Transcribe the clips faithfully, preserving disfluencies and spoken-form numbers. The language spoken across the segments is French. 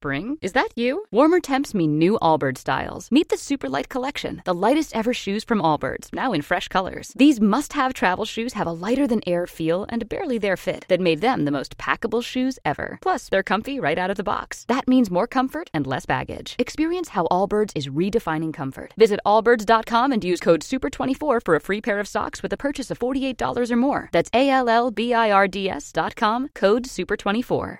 spring? Is that you? Warmer temps mean new Allbirds styles. Meet the Superlight Collection, the lightest ever shoes from Allbirds, now in fresh colors. These must-have travel shoes have a lighter-than-air feel and a barely-there fit that made them the most packable shoes ever. Plus, they're comfy right out of the box. That means more comfort and less baggage. Experience how Allbirds is redefining comfort. Visit allbirds dot com and use code super twenty-four for a free pair of socks with a purchase of forty-eight dollars or more. That's A L L B I R D S dot com, code super twenty-four.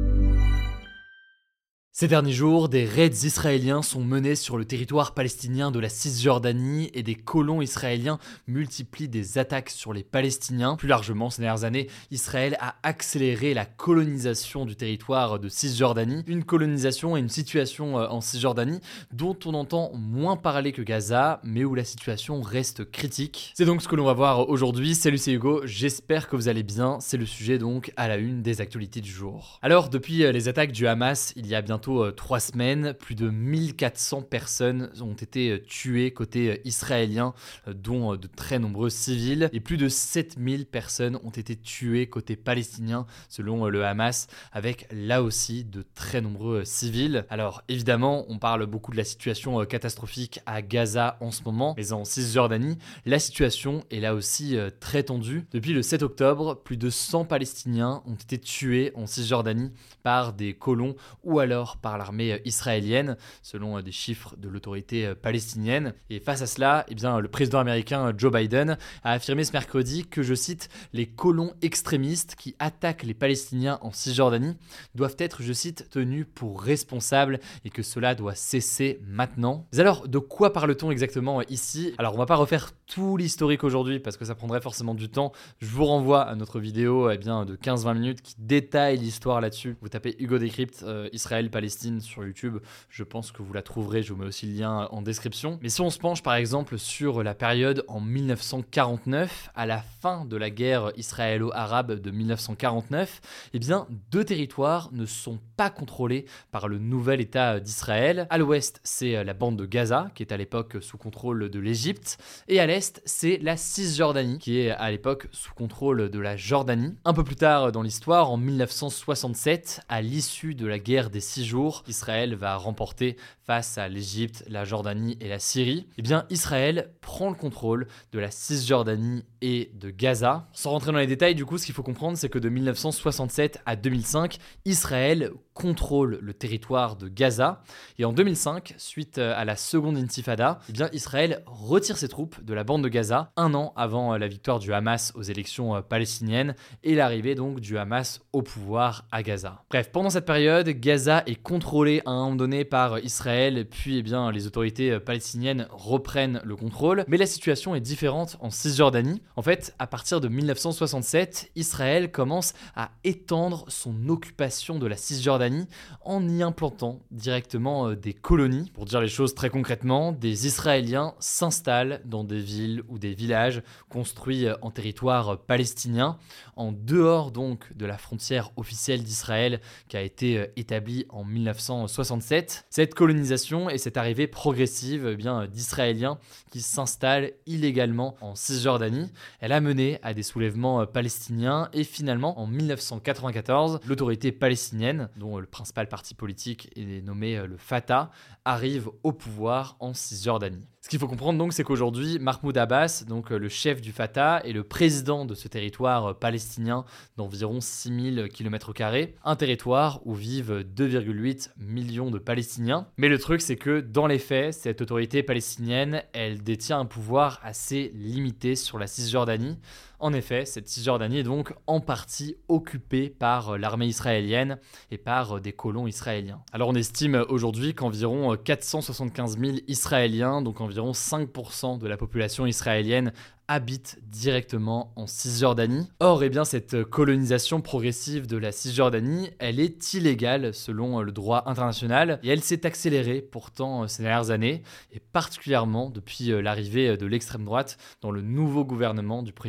Ces derniers jours, des raids israéliens sont menés sur le territoire palestinien de la Cisjordanie et des colons israéliens multiplient des attaques sur les Palestiniens. Plus largement, ces dernières années, Israël a accéléré la colonisation du territoire de Cisjordanie. Une colonisation et une situation en Cisjordanie dont on entend moins parler que Gaza, mais où la situation reste critique. C'est donc ce que l'on va voir aujourd'hui. Salut, c'est Hugo, j'espère que vous allez bien. C'est le sujet donc à la une des actualités du jour. Alors, depuis les attaques du Hamas, il y a bientôt trois semaines, plus de mille quatre cents personnes ont été tuées côté israélien, dont de très nombreux civils, et plus de sept mille personnes ont été tuées côté palestinien, selon le Hamas, avec là aussi de très nombreux civils. Alors évidemment, on parle beaucoup de la situation catastrophique à Gaza en ce moment, mais en Cisjordanie, la situation est là aussi très tendue. Depuis le sept octobre, plus de cent Palestiniens ont été tués en Cisjordanie par des colons ou alors par l'armée israélienne, selon des chiffres de l'autorité palestinienne. Et face à cela, eh bien, le président américain Joe Biden a affirmé ce mercredi que, je cite, « les colons extrémistes qui attaquent les Palestiniens en Cisjordanie doivent être, je cite, tenus pour responsables et que cela doit cesser maintenant ». Mais alors, de quoi parle-t-on exactement ici ? Alors, on va pas refaire tout l'historique aujourd'hui parce que ça prendrait forcément du temps. Je vous renvoie à notre vidéo eh bien, de quinze vingt minutes qui détaille l'histoire là-dessus. Vous tapez Hugo Décrypte, euh, Israël-Palestine sur YouTube, je pense que vous la trouverez, je vous mets aussi le lien en description. Mais si on se penche par exemple sur la période en mille neuf cent quarante-neuf, à la fin de la guerre israélo-arabe de mille neuf cent quarante-neuf, eh bien deux territoires ne sont pas contrôlés par le nouvel État d'Israël. À l'ouest, c'est la bande de Gaza, qui est à l'époque sous contrôle de l'Égypte, et à l'est, c'est la Cisjordanie, qui est à l'époque sous contrôle de la Jordanie. Un peu plus tard dans l'histoire, en mille neuf cent soixante-sept, à l'issue de la guerre des six jours, Israël va remporter face à l'Égypte, la Jordanie et la Syrie. Eh bien, Israël prend le contrôle de la Cisjordanie et de Gaza. Sans rentrer dans les détails, du coup, ce qu'il faut comprendre, c'est que de mille neuf cent soixante-sept à deux mille cinq, Israël contrôle le territoire de Gaza. Et en deux mille cinq, suite à la seconde intifada, eh bien, Israël retire ses troupes de la bande de Gaza un an avant la victoire du Hamas aux élections palestiniennes et l'arrivée donc du Hamas au pouvoir à Gaza. Bref, pendant cette période, Gaza est contrôlé à un moment donné par Israël, puis eh bien, les autorités palestiniennes reprennent le contrôle. Mais la situation est différente en Cisjordanie. En fait, à partir de mille neuf cent soixante-sept, Israël commence à étendre son occupation de la Cisjordanie en y implantant directement des colonies. Pour dire les choses très concrètement, des Israéliens s'installent dans des villes ou des villages construits en territoire palestinien, en dehors donc de la frontière officielle d'Israël qui a été établie en mille neuf cent soixante-sept. Cette colonisation et cette arrivée progressive eh bien, d'Israéliens qui s'installent illégalement en Cisjordanie, elle a mené à des soulèvements palestiniens et finalement en mille neuf cent quatre-vingt-quatorze, l'autorité palestinienne, dont le principal parti politique est nommé le Fatah, arrive au pouvoir en Cisjordanie. Ce qu'il faut comprendre donc, c'est qu'aujourd'hui, Mahmoud Abbas, donc le chef du Fatah, est le président de ce territoire palestinien d'environ six mille kilomètres carrés, un territoire où vivent deux virgule huit millions de Palestiniens. Mais le truc, c'est que dans les faits, cette autorité palestinienne, elle détient un pouvoir assez limité sur la Cisjordanie. En effet, cette Cisjordanie est donc en partie occupée par l'armée israélienne et par des colons israéliens. Alors on estime aujourd'hui qu'environ quatre cent soixante-quinze mille Israéliens, donc environ cinq pour cent de la population israélienne, habitent directement en Cisjordanie. Or, eh bien, cette colonisation progressive de la Cisjordanie, elle est illégale selon le droit international et elle s'est accélérée pourtant ces dernières années et particulièrement depuis l'arrivée de l'extrême droite dans le nouveau gouvernement du Premier ministre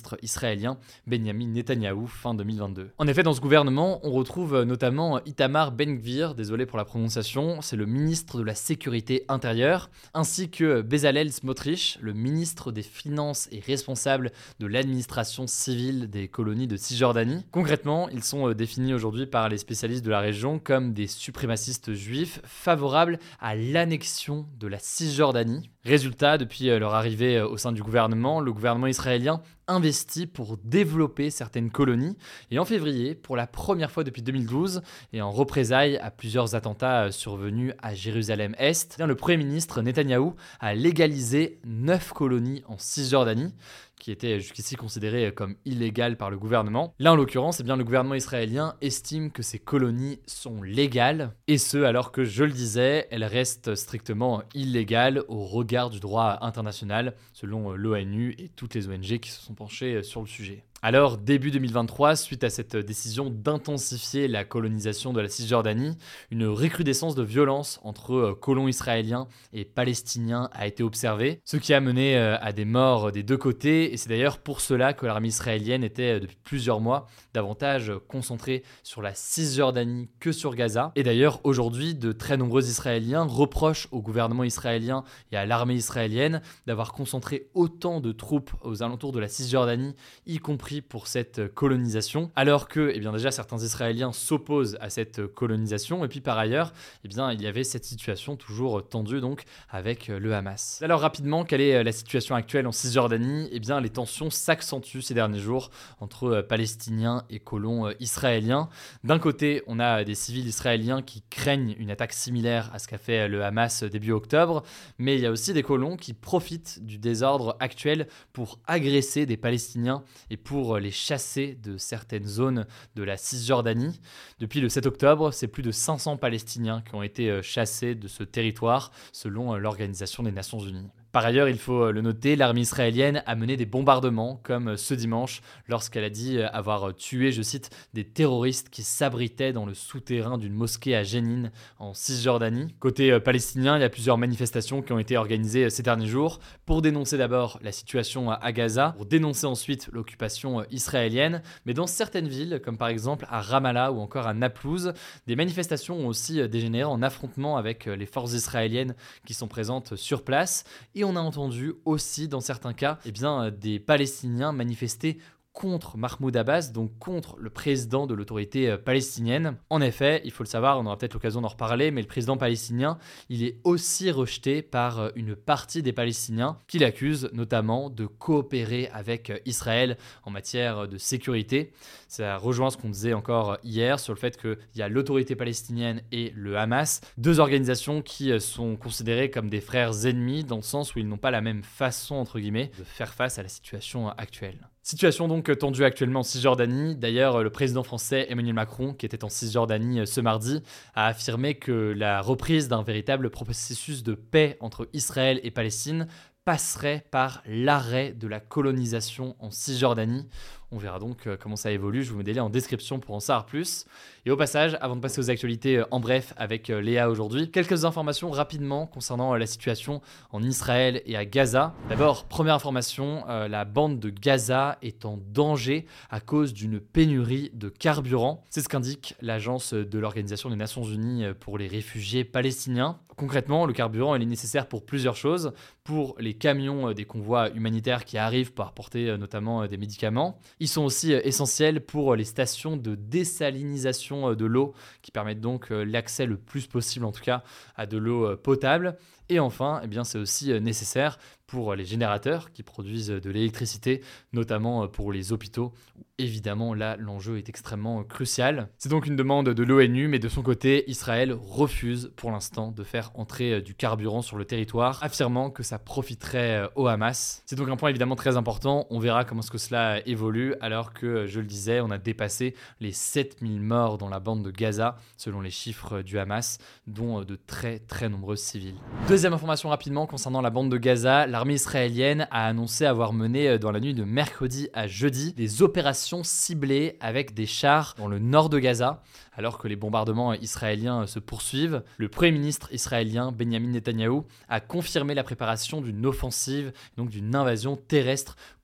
ministre israélien Benjamin Netanyahou fin deux mille vingt-deux. En effet, dans ce gouvernement, on retrouve notamment Itamar Ben-Gvir, désolé pour la prononciation, c'est le ministre de la Sécurité intérieure, ainsi que Bezalel Smotrich, le ministre des Finances et responsable de l'administration civile des colonies de Cisjordanie. Concrètement, ils sont définis aujourd'hui par les spécialistes de la région comme des suprémacistes juifs favorables à l'annexion de la Cisjordanie. Résultat, depuis leur arrivée au sein du gouvernement, le gouvernement israélien investit pour développer certaines colonies. Et en février, pour la première fois depuis deux mille douze, et en représailles à plusieurs attentats survenus à Jérusalem-Est, le Premier ministre Netanyahou a légalisé neuf colonies en Cisjordanie, qui étaient jusqu'ici considérées comme illégales par le gouvernement. Là, en l'occurrence, eh bien, le gouvernement israélien estime que ces colonies sont légales, et ce, alors que, je le disais, elles restent strictement illégales au regard du droit international, selon l'ONU et toutes les O N G qui se sont penchées sur le sujet. Alors, début deux mille vingt-trois, suite à cette décision d'intensifier la colonisation de la Cisjordanie, une recrudescence de violence entre colons israéliens et palestiniens a été observée, ce qui a mené à des morts des deux côtés, et c'est d'ailleurs pour cela que l'armée israélienne était depuis plusieurs mois davantage concentrée sur la Cisjordanie que sur Gaza. Et d'ailleurs, aujourd'hui, de très nombreux Israéliens reprochent au gouvernement israélien et à l'armée israélienne d'avoir concentré autant de troupes aux alentours de la Cisjordanie, y compris pour cette colonisation, alors que eh bien, déjà certains Israéliens s'opposent à cette colonisation, et puis par ailleurs, eh bien, il y avait cette situation toujours tendue donc avec le Hamas. Alors rapidement, quelle est la situation actuelle en Cisjordanie ? Eh bien, les tensions s'accentuent ces derniers jours entre Palestiniens et colons israéliens. D'un côté, on a des civils israéliens qui craignent une attaque similaire à ce qu'a fait le Hamas début octobre, mais il y a aussi des colons qui profitent du désordre actuel pour agresser des Palestiniens et pour pour les chasser de certaines zones de la Cisjordanie. Depuis le sept octobre, c'est plus de cinq cents Palestiniens qui ont été chassés de ce territoire, selon l'Organisation des Nations Unies. Par ailleurs, il faut le noter, l'armée israélienne a mené des bombardements, comme ce dimanche, lorsqu'elle a dit avoir tué, je cite, des terroristes qui s'abritaient dans le souterrain d'une mosquée à Jénine, en Cisjordanie. Côté palestinien, il y a plusieurs manifestations qui ont été organisées ces derniers jours pour dénoncer d'abord la situation à Gaza, pour dénoncer ensuite l'occupation israélienne, mais dans certaines villes, comme par exemple à Ramallah ou encore à Naplouse, des manifestations ont aussi dégénéré en affrontements avec les forces israéliennes qui sont présentes sur place. Et on a entendu aussi, dans certains cas, eh bien, des Palestiniens manifester contre Mahmoud Abbas, donc contre le président de l'autorité palestinienne. En effet, il faut le savoir, on aura peut-être l'occasion d'en reparler, mais le président palestinien, il est aussi rejeté par une partie des Palestiniens qui l'accusent notamment de coopérer avec Israël en matière de sécurité. Ça rejoint ce qu'on disait encore hier sur le fait qu'il y a l'autorité palestinienne et le Hamas, deux organisations qui sont considérées comme des frères ennemis dans le sens où ils n'ont pas la même façon, entre guillemets, de faire face à la situation actuelle. Situation donc tendue actuellement en Cisjordanie. D'ailleurs, le président français Emmanuel Macron, qui était en Cisjordanie ce mardi, a affirmé que la reprise d'un véritable processus de paix entre Israël et Palestine passerait par l'arrêt de la colonisation en Cisjordanie. On verra donc comment ça évolue. Je vous mets des liens en description pour en savoir plus. Et au passage, avant de passer aux actualités en bref avec Léa aujourd'hui, quelques informations rapidement concernant la situation en Israël et à Gaza. D'abord, première information, euh, la bande de Gaza est en danger à cause d'une pénurie de carburant. C'est ce qu'indique l'agence de l'Organisation des Nations Unies pour les réfugiés palestiniens. Concrètement, le carburant il est nécessaire pour plusieurs choses. Pour les camions des convois humanitaires qui arrivent pour apporter notamment des médicaments. Ils sont aussi essentiels pour les stations de désalinisation de l'eau qui permettent donc l'accès le plus possible en tout cas à de l'eau potable. Et enfin, eh bien, c'est aussi nécessaire pour les générateurs qui produisent de l'électricité, notamment pour les hôpitaux, où évidemment là l'enjeu est extrêmement crucial. C'est donc une demande de l'ONU, mais de son côté, Israël refuse pour l'instant de faire entrer du carburant sur le territoire, affirmant que ça profiterait au Hamas. C'est donc un point évidemment très important, on verra comment est-ce que cela évolue, alors que, je le disais, on a dépassé les sept mille morts dans la bande de Gaza, selon les chiffres du Hamas, dont de très très nombreux civils. Deuxième information rapidement concernant la bande de Gaza, l'armée israélienne a annoncé avoir mené dans la nuit de mercredi à jeudi des opérations ciblées avec des chars dans le nord de Gaza, alors que les bombardements israéliens se poursuivent. Le Premier ministre israélien Benjamin Netanyahou a confirmé la préparation d'une offensive, donc d'une invasion terrestre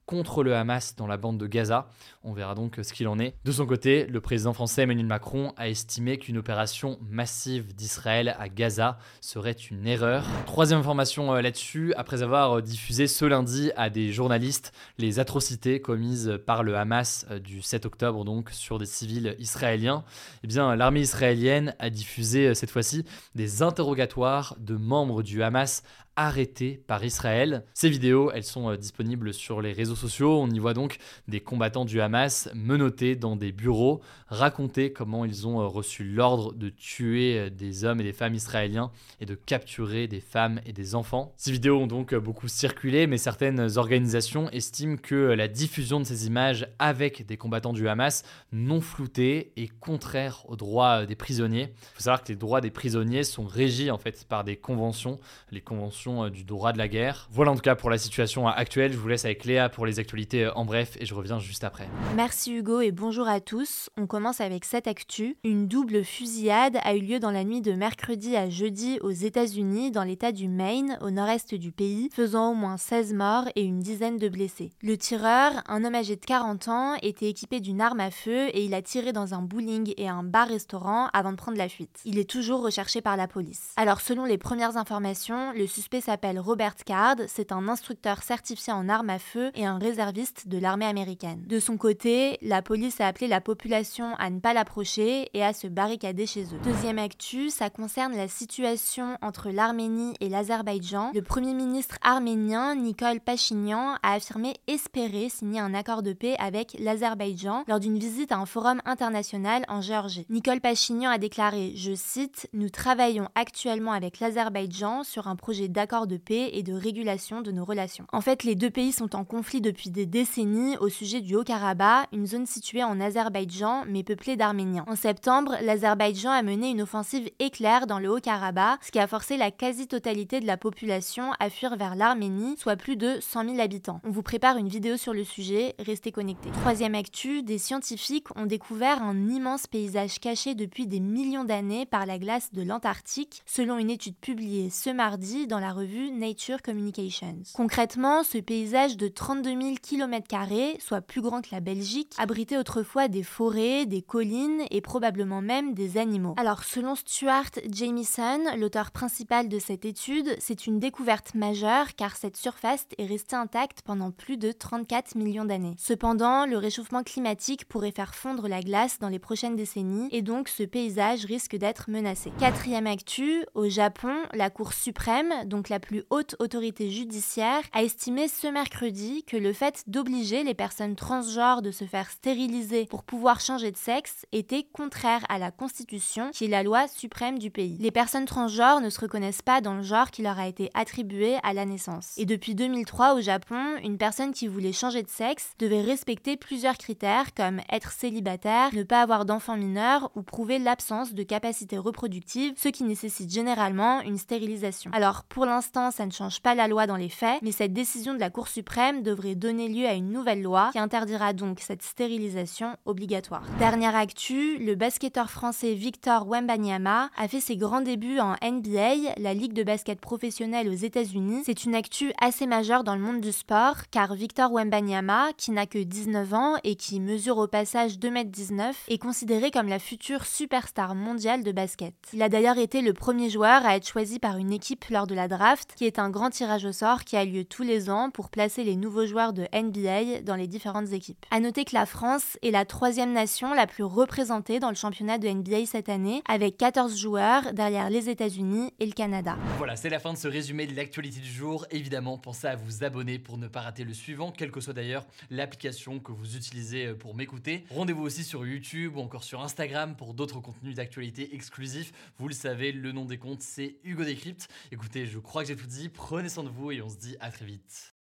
contre le Hamas dans la bande de Gaza. On verra donc ce qu'il en est. De son côté, le président français Emmanuel Macron a estimé qu'une opération massive d'Israël à Gaza serait une erreur. Troisième information là-dessus, après avoir diffusé ce lundi à des journalistes les atrocités commises par le Hamas du sept octobre donc sur des civils israéliens, eh bien l'armée israélienne a diffusé cette fois-ci des interrogatoires de membres du Hamas arrêtés par Israël. Ces vidéos, elles sont disponibles sur les réseaux sociaux. On y voit donc des combattants du Hamas menottés dans des bureaux, raconter comment ils ont reçu l'ordre de tuer des hommes et des femmes israéliens et de capturer des femmes et des enfants. Ces vidéos ont donc beaucoup circulé, mais certaines organisations estiment que la diffusion de ces images avec des combattants du Hamas non floutés est contraire aux droits des prisonniers. Il faut savoir que les droits des prisonniers sont régis en fait par des conventions, les conventions du droit de la guerre. Voilà en tout cas pour la situation actuelle. Je vous laisse avec Léa pour les actualités en bref et je reviens juste après. Merci Hugo et bonjour à tous. On commence avec cette actu. Une double fusillade a eu lieu dans la nuit de mercredi à jeudi aux États-Unis, dans l'état du Maine, au nord-est du pays, faisant au moins seize morts et une dizaine de blessés. Le tireur, un homme âgé de quarante ans, était équipé d'une arme à feu et il a tiré dans un bowling et un bar-restaurant avant de prendre la fuite. Il est toujours recherché par la police. Alors selon les premières informations, le suspect s'appelle Robert Card, c'est un instructeur certifié en armes à feu et un réserviste de l'armée américaine. De son côté, la police a appelé la population à ne pas l'approcher et à se barricader chez eux. Deuxième actu, ça concerne la situation entre l'Arménie et l'Azerbaïdjan. Le premier ministre arménien, Nikol Pachinian, a affirmé espérer signer un accord de paix avec l'Azerbaïdjan lors d'une visite à un forum international en Géorgie. Nikol Pachinian a déclaré, je cite, « Nous travaillons actuellement avec l'Azerbaïdjan sur un projet d'accord de paix et de régulation de nos relations. » En fait, les deux pays sont en conflit depuis des décennies au sujet du Haut-Karabakh, une zone située en Azerbaïdjan mais peuplée d'Arméniens. En septembre, l'Azerbaïdjan a mené une offensive éclair dans le Haut-Karabakh, ce qui a forcé la quasi-totalité de la population à fuir vers l'Arménie, soit plus de cent mille habitants. On vous prépare une vidéo sur le sujet, restez connectés. Troisième actu, des scientifiques ont découvert un immense paysage caché depuis des millions d'années par la glace de l'Antarctique, selon une étude publiée ce mardi dans la revue Nature Communications. Concrètement, ce paysage de trente-deux mille kilomètres carrés, soit plus grand que la Belgique, abritait autrefois des forêts, des collines et probablement même des animaux. Alors, selon Stuart Jamieson, l'auteur principal de cette étude, c'est une découverte majeure car cette surface est restée intacte pendant plus de trente-quatre millions d'années. Cependant, le réchauffement climatique pourrait faire fondre la glace dans les prochaines décennies et donc ce paysage risque d'être menacé. Quatrième actu, au Japon, la Cour suprême, donc la plus haute autorité judiciaire, a estimé ce mercredi que le fait d'obliger les personnes transgenres de se faire stériliser pour pouvoir changer de sexe était contraire à la Constitution, qui est la loi suprême du pays. Les personnes transgenres ne se reconnaissent pas dans le genre qui leur a été attribué à la naissance. Et depuis deux mille trois, au Japon, une personne qui voulait changer de sexe devait respecter plusieurs critères comme être célibataire, ne pas avoir d'enfants mineurs ou prouver l'absence de capacité reproductive, ce qui nécessite généralement une stérilisation. Alors, pour l'instant, ça ne change pas la loi dans les faits, mais cette décision de la Cour suprême devrait donner lieu à une nouvelle loi qui interdira donc cette stérilisation obligatoire. Dernière actu, le basketteur français Victor Wembanyama a fait ses grands débuts en N B A, la ligue de basket professionnelle aux États-Unis. C'est une actu assez majeure dans le monde du sport, car Victor Wembanyama, qui n'a que dix-neuf ans et qui mesure au passage deux mètres dix-neuf, est considéré comme la future superstar mondiale de basket. Il a d'ailleurs été le premier joueur à être choisi par une équipe lors de la draft, qui est un grand tirage au sort qui a lieu tous les ans pour placer les nouveaux joueurs de N B A dans les différentes équipes. À noter que la France est la troisième nation la plus représentée dans le championnat de N B A cette année, avec quatorze joueurs derrière les États-Unis et le Canada. Voilà, c'est la fin de ce résumé de l'actualité du jour. Évidemment, pensez à vous abonner pour ne pas rater le suivant, quelle que soit d'ailleurs l'application que vous utilisez pour m'écouter. Rendez-vous aussi sur YouTube ou encore sur Instagram pour d'autres contenus d'actualité exclusifs. Vous le savez, le nom des comptes, c'est Hugo Décrypte. Écoutez, je crois que j'ai tout dit. Prenez soin de vous et on se dit à très vite.